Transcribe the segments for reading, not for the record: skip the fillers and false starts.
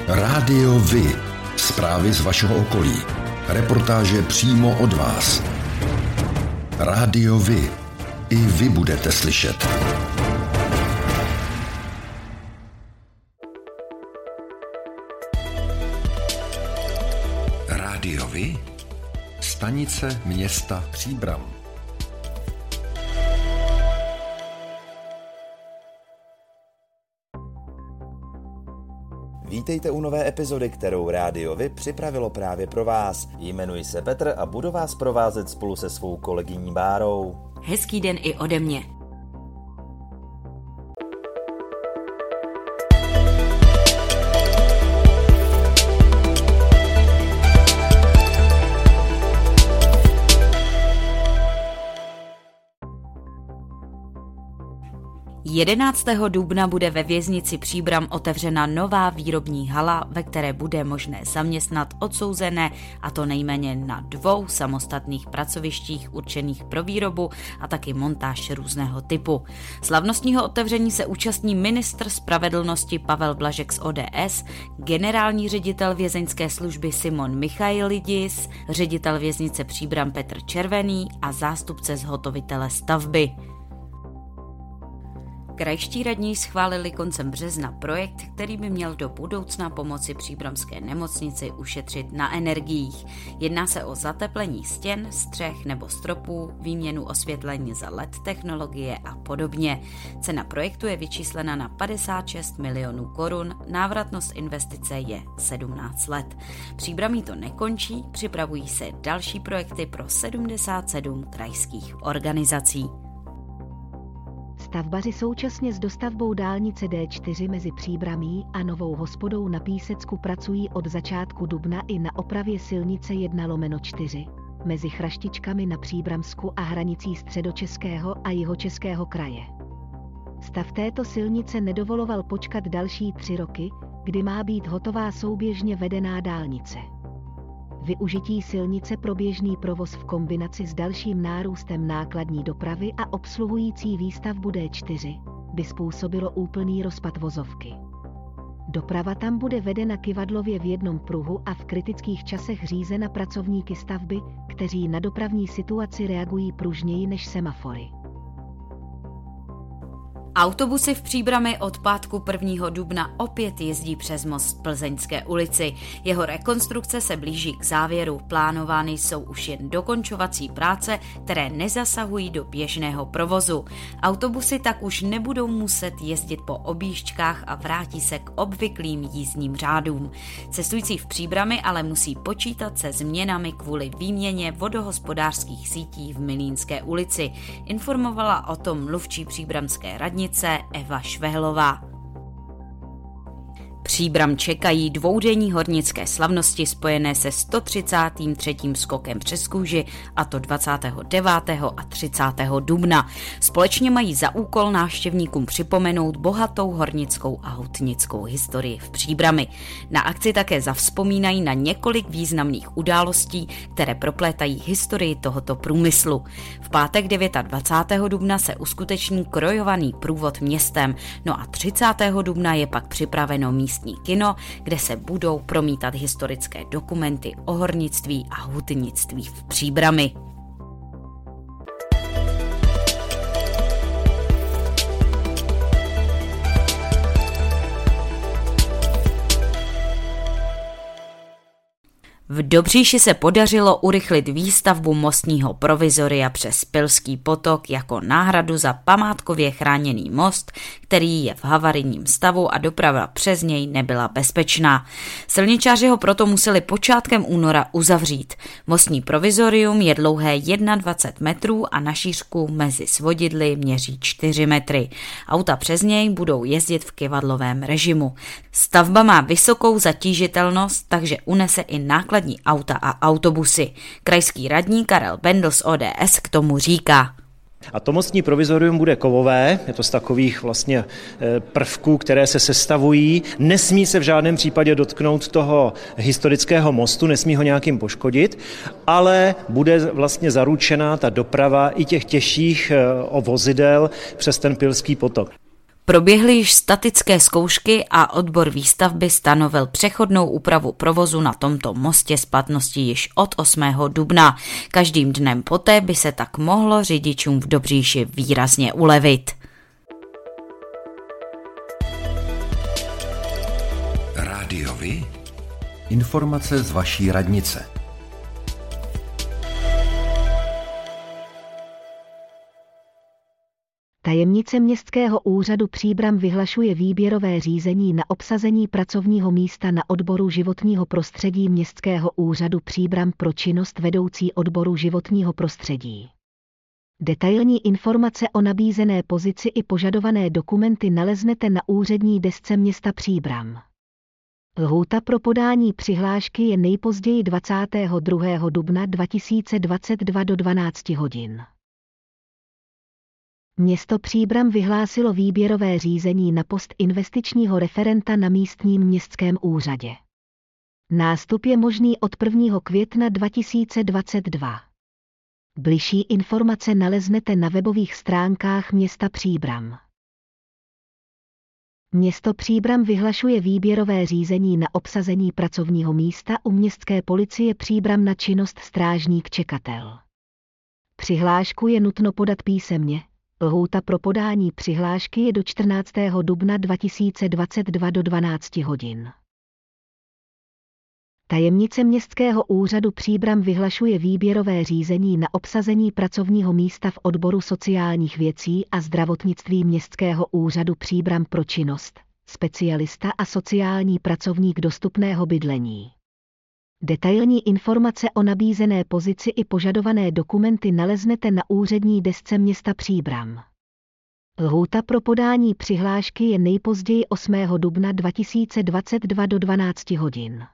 Rádio Vy. Zprávy z vašeho okolí. Reportáže přímo od vás. Rádio Vy. I vy budete slyšet. Rádio Vy. Stanice města Příbram. Vítejte u nové epizody, kterou Rádio Vy připravilo právě pro vás. Jmenuji se Petr a budu vás provázet spolu se svou kolegyní Bárou. Hezký den i ode mě. Jedenáctého dubna bude ve věznici Příbram otevřena nová výrobní hala, ve které bude možné zaměstnat odsouzené, a to nejméně na 2 samostatných pracovištích určených pro výrobu a taky montáž různého typu. Slavnostního otevření se účastní ministr spravedlnosti Pavel Blažek z ODS, generální ředitel vězeňské služby Simon Michailidis, ředitel věznice Příbram Petr Červený a zástupce zhotovitele stavby. Krajští radní schválili koncem března projekt, který by měl do budoucna pomoci příbramské nemocnici ušetřit na energiích. Jedná se o zateplení stěn, střech nebo stropů, výměnu osvětlení za LED technologie a podobně. Cena projektu je vyčíslena na 56 milionů korun, návratnost investice je 17 let. Příbramí to nekončí, připravují se další projekty pro 77 krajských organizací. Stavbaři současně s dostavbou dálnice D4 mezi Příbramí a Novou Hospodou na Písecku pracují od začátku dubna i na opravě silnice 1/4 mezi Chraštičkami na Příbramsku a hranicí Středočeského a Jihočeského kraje. Stav této silnice nedovoloval počkat další 3 roky, kdy má být hotová souběžně vedená dálnice. Využití silnice pro běžný provoz v kombinaci s dalším nárůstem nákladní dopravy a obsluhující výstavbu D4 by způsobilo úplný rozpad vozovky. Doprava tam bude vedena kyvadlově v jednom pruhu a v kritických časech řízena pracovníky stavby, kteří na dopravní situaci reagují pružněji než semafory. Autobusy v Příbrami od pátku 1. dubna opět jezdí přes most Plzeňské ulici. Jeho rekonstrukce se blíží k závěru. Plánovány jsou už jen dokončovací práce, které nezasahují do běžného provozu. Autobusy tak už nebudou muset jezdit po objížďkách a vrátí se k obvyklým jízdním řádům. Cestující v Příbrami ale musí počítat se změnami kvůli výměně vodohospodářských sítí v Mlýnské ulici. Informovala o tom mluvčí příbramské radnice Eva Švehlová. Příbram čekají 2denní hornické slavnosti spojené se 133. skokem přes kůži, a to 29. a 30. dubna. Společně mají za úkol návštěvníkům připomenout bohatou hornickou a hutnickou historii v Příbrami. Na akci také zavzpomínají na několik významných událostí, které proplétají historii tohoto průmyslu. V pátek 29. dubna se uskuteční krojovaný průvod městem, no a 30. dubna je pak připraveno místní kino, kde se budou promítat historické dokumenty o hornictví a hutnictví v Příbrami. V Dobříši se podařilo urychlit výstavbu mostního provizoria přes Pilský potok jako náhradu za památkově chráněný most, který je v havarijním stavu a doprava přes něj nebyla bezpečná. Silničáři ho proto museli počátkem února uzavřít. Mostní provizorium je dlouhé 21 metrů a na šířku mezi svodidly měří 4 metry. Auta přes něj budou jezdit v kyvadlovém režimu. Stavba má vysokou zatížitelnost, takže unese i nákladní auta a autobusy. Krajský radní Karel Bendl z ODS k tomu říká. A to mostní provizorium bude kovové, je to z takových vlastně prvků, které se sestavují. Nesmí se v žádném případě dotknout toho historického mostu, nesmí ho nějakým poškodit, ale bude vlastně zaručená ta doprava i těch těžších vozidel přes ten Pilský potok. Proběhly již statické zkoušky a odbor výstavby stanovil přechodnou úpravu provozu na tomto mostě s platností již od 8. dubna. Každým dnem poté by se tak mohlo řidičům v Dobříši výrazně ulevit. Rádio Vy? Informace z vaší radnice. Tajemnice Městského úřadu Příbram vyhlašuje výběrové řízení na obsazení pracovního místa na odboru životního prostředí Městského úřadu Příbram pro činnost vedoucí odboru životního prostředí. Detailní informace o nabízené pozici i požadované dokumenty naleznete na úřední desce města Příbram. Lhůta pro podání přihlášky je nejpozději 22. dubna 2022 do 12 hodin. Město Příbram vyhlásilo výběrové řízení na post investičního referenta na místním městském úřadě. Nástup je možný od 1. května 2022. Bližší informace naleznete na webových stránkách města Příbram. Město Příbram vyhlašuje výběrové řízení na obsazení pracovního místa u městské policie Příbram na činnost strážník čekatel. Přihlášku je nutno podat písemně. Lhůta pro podání přihlášky je do 14. dubna 2022 do 12 hodin. Tajemnice Městského úřadu Příbram vyhlašuje výběrové řízení na obsazení pracovního místa v odboru sociálních věcí a zdravotnictví Městského úřadu Příbram pro činnost, specialista a sociální pracovník dostupného bydlení. Detailní informace o nabízené pozici i požadované dokumenty naleznete na úřední desce města Příbram. Lhůta pro podání přihlášky je nejpozději 8. dubna 2022 do 12 hodin.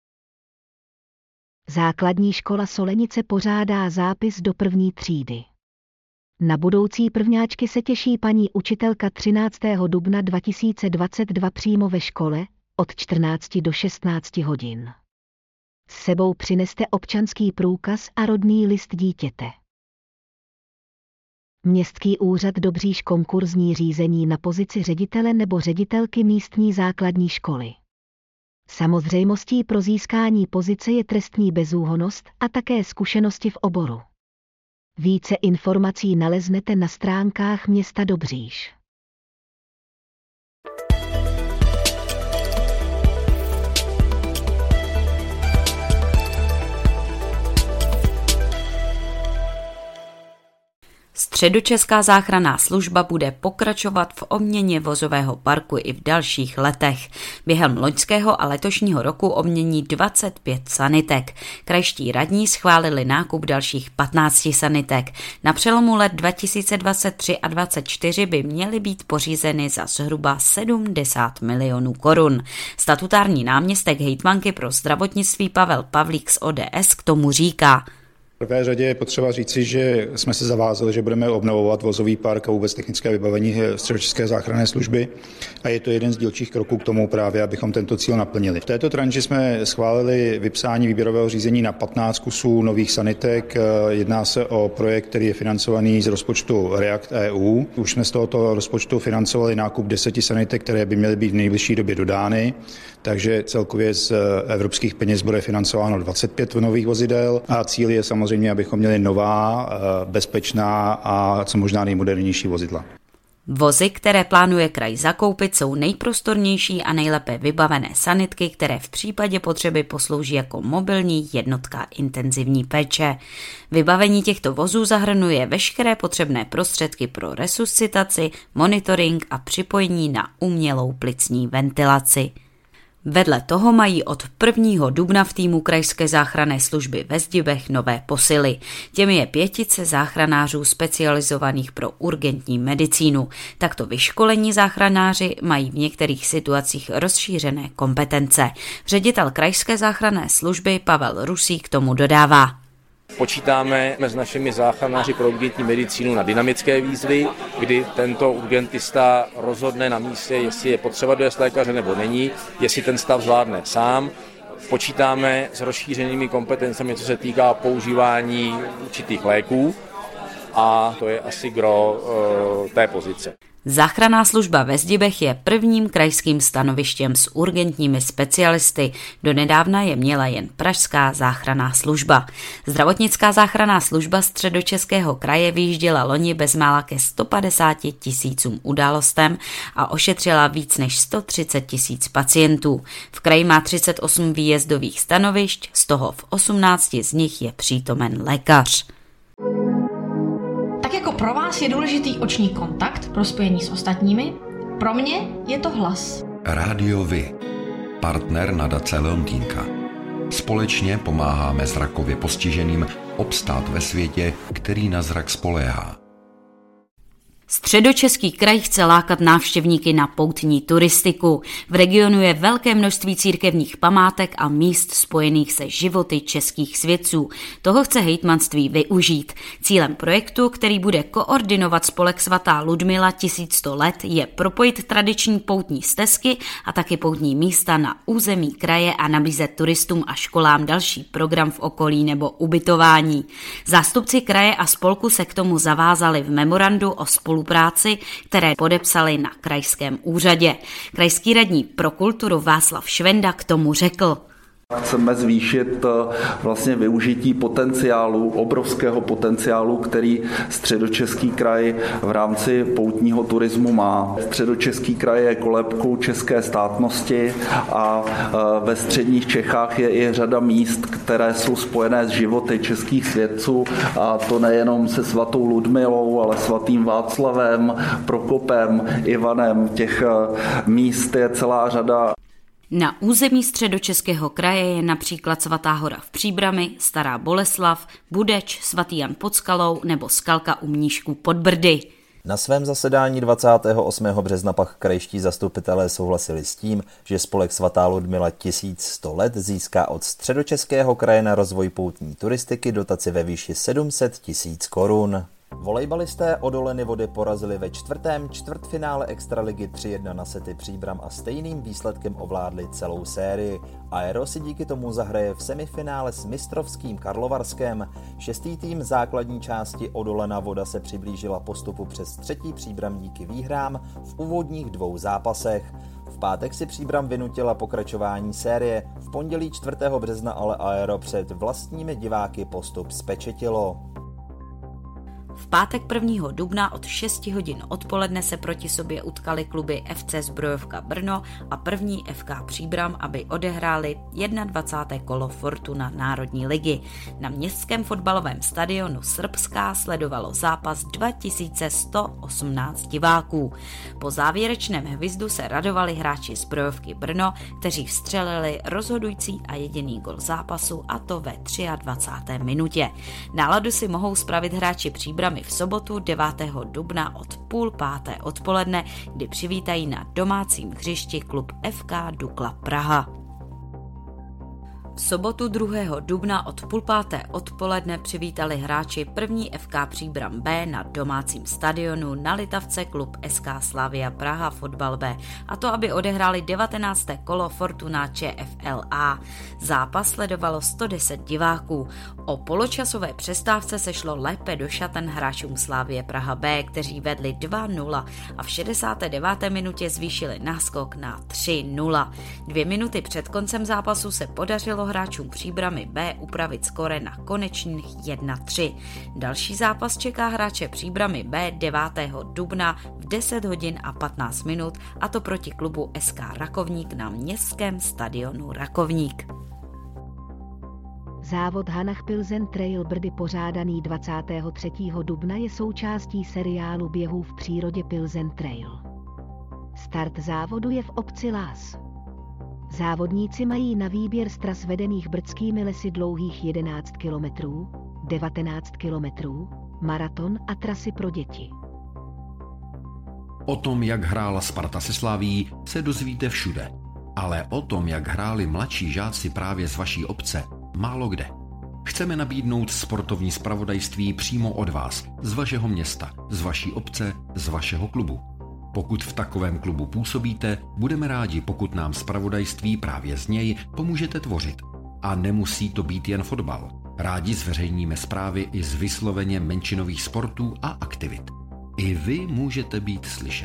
Základní škola Solenice pořádá zápis do 1. třídy. Na budoucí prvňáčky se těší paní učitelka 13. dubna 2022 přímo ve škole od 14 do 16 hodin. S sebou přineste občanský průkaz a rodný list dítěte. Městský úřad Dobříš konkurzní řízení na pozici ředitele nebo ředitelky místní základní školy. Samozřejmostí pro získání pozice je trestní bezúhonnost a také zkušenosti v oboru. Více informací naleznete na stránkách města Dobříš. Středočeská záchranná služba bude pokračovat v obměně vozového parku i v dalších letech. Během loňského a letošního roku obmění 25 sanitek. Krajští radní schválili nákup dalších 15 sanitek. Na přelomu let 2023 a 2024 by měly být pořízeny za zhruba 70 milionů korun. Statutární náměstek hejtmanky pro zdravotnictví Pavel Pavlík z ODS k tomu říká: V prvé řadě je potřeba říci, že jsme se zavázali, že budeme obnovovat vozový park a vůbec technické vybavení Středočeské záchranné služby a je to jeden z dílčích kroků k tomu právě, abychom tento cíl naplnili. V této tranži jsme schválili vypsání výběrového řízení na 15 kusů nových sanitek. Jedná se o projekt, který je financovaný z rozpočtu REACT EU. Už jsme z tohoto rozpočtu financovali nákup 10 sanitek, které by měly být v nejbližší době dodány, takže celkově z evropských peněz bude financováno 25 nových vozidel a cíl je samozřejmě, abychom měli nová, bezpečná a co možná nejmodernější vozidla. Vozy, které plánuje kraj zakoupit, jsou nejprostornější a nejlépe vybavené sanitky, které v případě potřeby poslouží jako mobilní jednotka intenzivní péče. Vybavení těchto vozů zahrnuje veškeré potřebné prostředky pro resuscitaci, monitoring a připojení na umělou plicní ventilaci. Vedle toho mají od 1. dubna v týmu krajské záchranné služby ve Zdibech nové posily. Těmi je 5 záchranářů specializovaných pro urgentní medicínu. Takto vyškolení záchranáři mají v některých situacích rozšířené kompetence. Ředitel krajské záchranné služby Pavel Rusík k tomu dodává: Počítáme s našimi záchranáři pro urgentní medicínu na dynamické výzvy, kdy tento urgentista rozhodne na místě, jestli je potřeba dojezd lékaře nebo není, jestli ten stav zvládne sám. Počítáme s rozšířenými kompetencemi, co se týká používání určitých léků, a to je asi gro té pozice. Záchranná služba ve Zdibech je prvním krajským stanovištěm s urgentními specialisty. Donedávna je měla jen pražská záchranná služba. Zdravotnická záchranná služba Středočeského kraje vyjížděla loni bezmála ke 150 000 událostem a ošetřila víc než 130 000 pacientů. V kraji má 38 výjezdových stanovišť, z toho v 18 z nich je přítomen lékař. Tak jako pro vás je důležitý oční kontakt pro spojení s ostatními, pro mě je to hlas. Rádio Vy, partner nadace Leontýnka. Společně pomáháme zrakově postiženým obstát ve světě, který na zrak spoléhá. Středočeský kraj chce lákat návštěvníky na poutní turistiku. V regionu je velké množství církevních památek a míst spojených se životy českých svědců. Toho chce hejtmanství využít. Cílem projektu, který bude koordinovat spolek Svatá Ludmila 1100 let, je propojit tradiční poutní stezky a taky poutní místa na území kraje a nabízet turistům a školám další program v okolí nebo ubytování. Zástupci kraje a spolku se k tomu zavázali v memorandu o spolupráci, které podepsali na krajském úřadě. Krajský radní pro kulturu Václav Švenda k tomu řekl: Chceme zvýšit vlastně využití potenciálu, obrovského potenciálu, který Středočeský kraj v rámci poutního turismu má. Středočeský kraj je kolébkou české státnosti a ve středních Čechách je i řada míst, které jsou spojené s životy českých svědců, a to nejenom se svatou Ludmilou, ale svatým Václavem, Prokopem, Ivanem. Těch míst je celá řada. Na území Středočeského kraje je například Svatá hora v Příbrami, Stará Boleslav, Budeč, svatý Jan pod Skalou nebo Skalka u Mníšků pod Brdy. Na svém zasedání 28. března pak krajští zastupitelé souhlasili s tím, že spolek Svatá Ludmila 1100 let získá od Středočeského kraje na rozvoj poutní turistiky dotaci ve výši 700 000 korun. Volejbalisté Odoleny Vody porazili ve čtvrtém čtvrtfinále extraligy 3-1 na sety Příbram a stejným výsledkem ovládli celou sérii. Aero si díky tomu zahraje v semifinále s mistrovským Karlovarskem. 6. tým základní části Odolena Voda se přiblížila postupu přes 3. Příbram díky výhrám v úvodních 2 zápasech. V pátek si Příbram vynutila pokračování série, v pondělí 4. března ale Aero před vlastními diváky postup zpečetilo. V pátek 1. dubna od 6 hodin odpoledne se proti sobě utkali kluby FC Zbrojovka Brno a první FK Příbram, aby odehráli 21. kolo Fortuna Národní ligy. Na městském fotbalovém stadionu Srbská sledovalo zápas 2118 diváků. Po závěrečném hvizdu se radovali hráči Zbrojovky Brno, kteří vstřelili rozhodující a jediný gol zápasu, a to ve 23. minutě. Náladu si mohou spravit hráči Příbramy v sobotu 9. dubna od 4:30 odpoledne, kdy přivítají na domácím hřišti klub FK Dukla Praha. V sobotu 2. dubna od 4:30 odpoledne přivítali hráči první FK Příbram B na domácím stadionu na Litavce klub SK Slavia Praha Fotbal B, a to aby odehráli 19. kolo Fortuna ČFL A. Zápas sledovalo 110 diváků. O poločasové přestávce se šlo lépe do šaten hráčům Slavie Praha B, kteří vedli 2-0 a v 69. minutě zvýšili náskok na 3-0. 2 minuty před koncem zápasu se podařilo hráčům Příbramy B upravit skóre na konečných 1-3. Další zápas čeká hráče Příbramy B 9. dubna v 10 hodin a 15 minut, a to proti klubu SK Rakovník na městském stadionu Rakovník. Závod Hanach Pilsen Trail Brdy pořádaný 23. dubna je součástí seriálu běhů v přírodě Pilsen Trail. Start závodu je v obci Lás. Závodníci mají na výběr z tras vedených brdskými lesy dlouhých 11 km, 19 km, maraton a trasy pro děti. O tom, jak hrála Sparta se Slavií, se dozvíte všude. Ale o tom, jak hráli mladší žáci právě z vaší obce, málo kde. Chceme nabídnout sportovní zpravodajství přímo od vás, z vašeho města, z vaší obce, z vašeho klubu. Pokud v takovém klubu působíte, budeme rádi, pokud nám zpravodajství právě z něj pomůžete tvořit. A nemusí to být jen fotbal. Rádi zveřejníme zprávy i z vysloveně menšinových sportů a aktivit. I vy můžete být slyšet.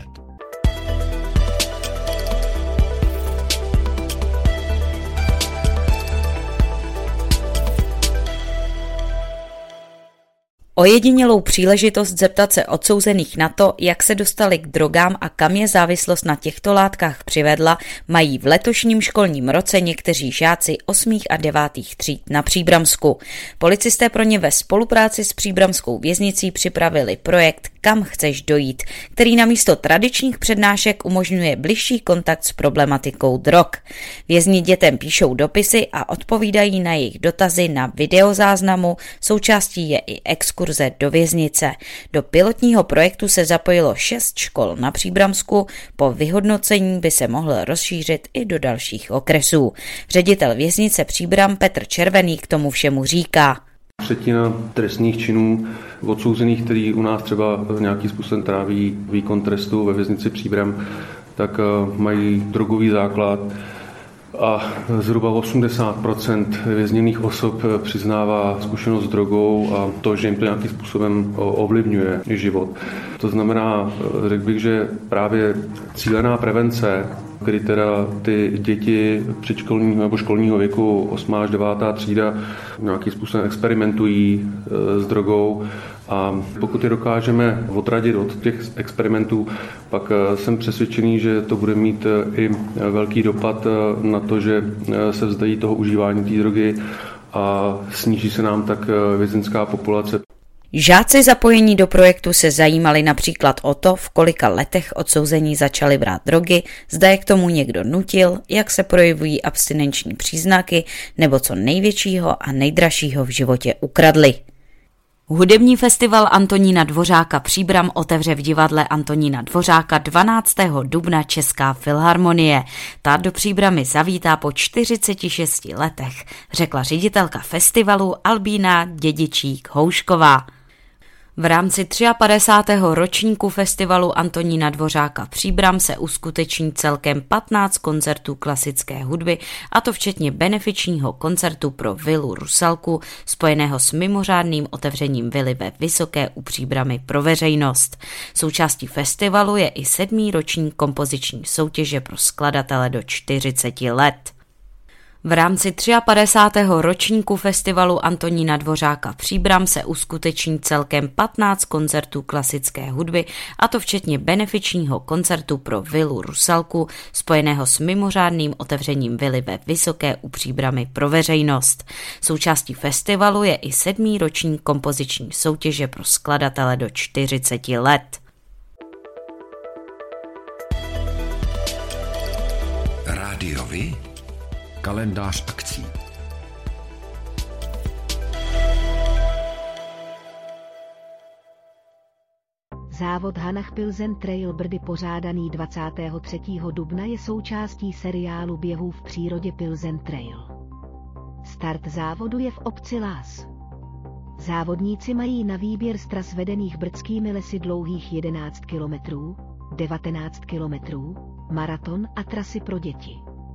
Ojedinělou příležitost zeptat se odsouzených na to, jak se dostali k drogám a kam je závislost na těchto látkách přivedla, mají v letošním školním roce někteří žáci 8. a 9. tříd na Příbramsku. Policisté pro ně ve spolupráci s příbramskou věznicí připravili projekt Kam chceš dojít, který namísto tradičních přednášek umožňuje bližší kontakt s problematikou drog. Vězni dětem píšou dopisy a odpovídají na jejich dotazy na videozáznamu, součástí je i exkurze do věznice. Do pilotního projektu se zapojilo 6 škol na Příbramsku, po vyhodnocení by se mohl rozšířit i do dalších okresů. Ředitel věznice Příbram Petr Červený k tomu všemu říká. Třetina trestných činů odsouzených, který u nás třeba nějakým způsobem tráví výkon trestu ve věznici Příbram, tak mají drogový základ a zhruba 80% vězněných osob přiznává zkušenost s drogou a to, že jim to nějakým způsobem ovlivňuje život. To znamená, řekl bych, že právě cílená prevence, kdy teda ty děti předškolního nebo školního věku 8. až 9. třída nějakým způsobem experimentují s drogou a pokud je dokážeme odradit od těch experimentů, pak jsem přesvědčený, že to bude mít i velký dopad na to, že se vzdají toho užívání té drogy a sníží se nám tak vězeňská populace. Žáci zapojení do projektu se zajímali například o to, v kolika letech odsouzení začali brát drogy, zda je k tomu někdo nutil, jak se projevují abstinenční příznaky nebo co největšího a nejdražšího v životě ukradli. Hudební festival Antonína Dvořáka Příbram otevře v divadle Antonína Dvořáka 12. dubna Česká filharmonie. Ta do Příbramy zavítá po 46 letech, řekla ředitelka festivalu Albína Dědičík-Houšková. V rámci 53. ročníku festivalu Antonína Dvořáka Příbram se uskuteční celkem 15 koncertů klasické hudby, a to včetně benefičního koncertu pro vilu Rusalku, spojeného s mimořádným otevřením vily ve Vysoké u Příbramy pro veřejnost. Součástí festivalu je i 7. ročník kompoziční soutěže pro skladatele do 40 let. V rámci 53. ročníku festivalu Antonína Dvořáka Příbram se uskuteční celkem 15 koncertů klasické hudby, a to včetně benefičního koncertu pro vilu Rusalku, spojeného s mimořádným otevřením vily ve Vysoké u Příbramy pro veřejnost. Součástí festivalu je i 7. ročník kompoziční soutěže pro skladatele do 40 let. Rádiovi? Kalendář akcí. Závod Hannah Pilsen Trail Brdy pořádaný 23. dubna je součástí seriálu běhů v přírodě Pilsen Trail. Start závodu je v obci Lás. Závodníci mají na výběr z tras vedených brdskými lesy dlouhých 11 km, 19 km, maraton a trasy pro děti.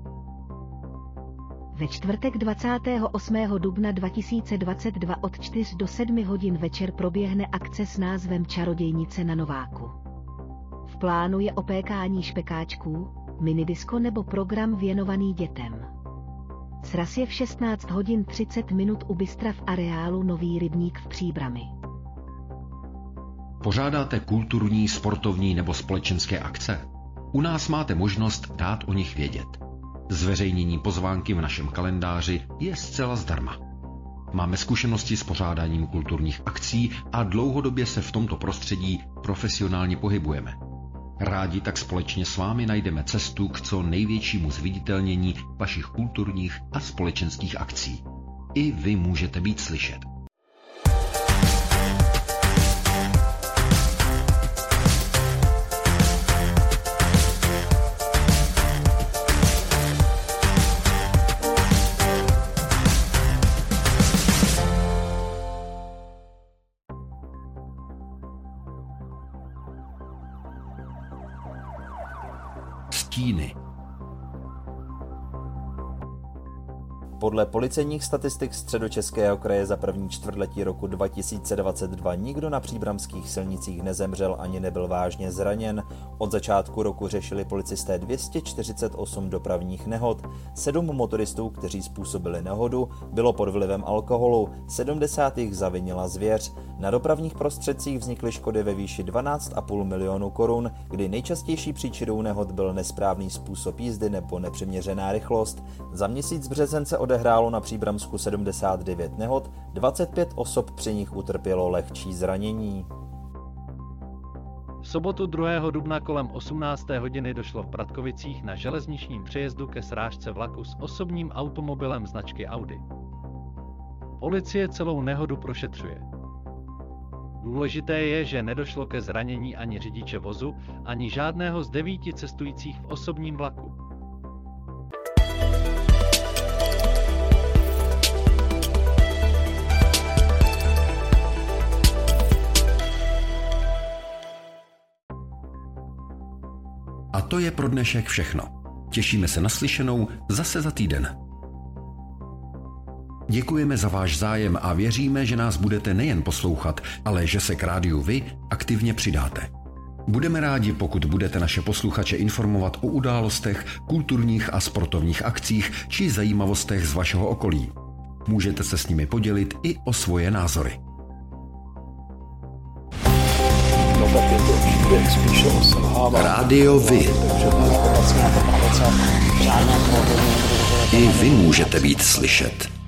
Ve čtvrtek 28. dubna 2022 od 4 do 7 hodin večer proběhne akce s názvem Čarodějnice na Nováku. V plánu je opékání špekáčků, minidisko nebo program věnovaný dětem. Sraz je v 16 hodin 30 minut u bystra v areálu Nový Rybník v Příbrami. Pořádáte kulturní, sportovní nebo společenské akce? U nás máte možnost dát o nich vědět. Zveřejnění pozvánky v našem kalendáři je zcela zdarma. Máme zkušenosti s pořádáním kulturních akcí a dlouhodobě se v tomto prostředí profesionálně pohybujeme. Rádi tak společně s vámi najdeme cestu k co největšímu zviditelnění vašich kulturních a společenských akcí. I vy můžete být slyšet. Stíny. Podle policejních statistik Středočeského kraje za první čtvrtletí roku 2022 nikdo na příbramských silnicích nezemřel ani nebyl vážně zraněn. Od začátku roku řešili policisté 248 dopravních nehod. 7 motoristů, kteří způsobili nehodu, bylo pod vlivem alkoholu, 70 jich zavinila zvěř. Na dopravních prostředcích vznikly škody ve výši 12,5 milionu korun, kdy nejčastější příčinou nehod byl nesprávný způsob jízdy nebo nepřiměřená rychlost. Za měsíc březen se odehrálo na Příbramsku 79 nehod, 25 osob při nich utrpělo lehčí zranění. V sobotu 2. dubna kolem 18. hodiny došlo v Pratkovicích na železničním přejezdu ke srážce vlaku s osobním automobilem značky Audi. Policie celou nehodu prošetřuje. Důležité je, že nedošlo ke zranění ani řidiče vozu, ani žádného z 9 cestujících v osobním vlaku. A to je pro dnešek všechno. Těšíme se na slyšenou zase za týden. Děkujeme za váš zájem a věříme, že nás budete nejen poslouchat, ale že se k rádiu vy aktivně přidáte. Budeme rádi, pokud budete naše posluchače informovat o událostech, kulturních a sportovních akcích či zajímavostech z vašeho okolí. Můžete se s nimi podělit i o svoje názory. Rádio Vy. I vy můžete být slyšet.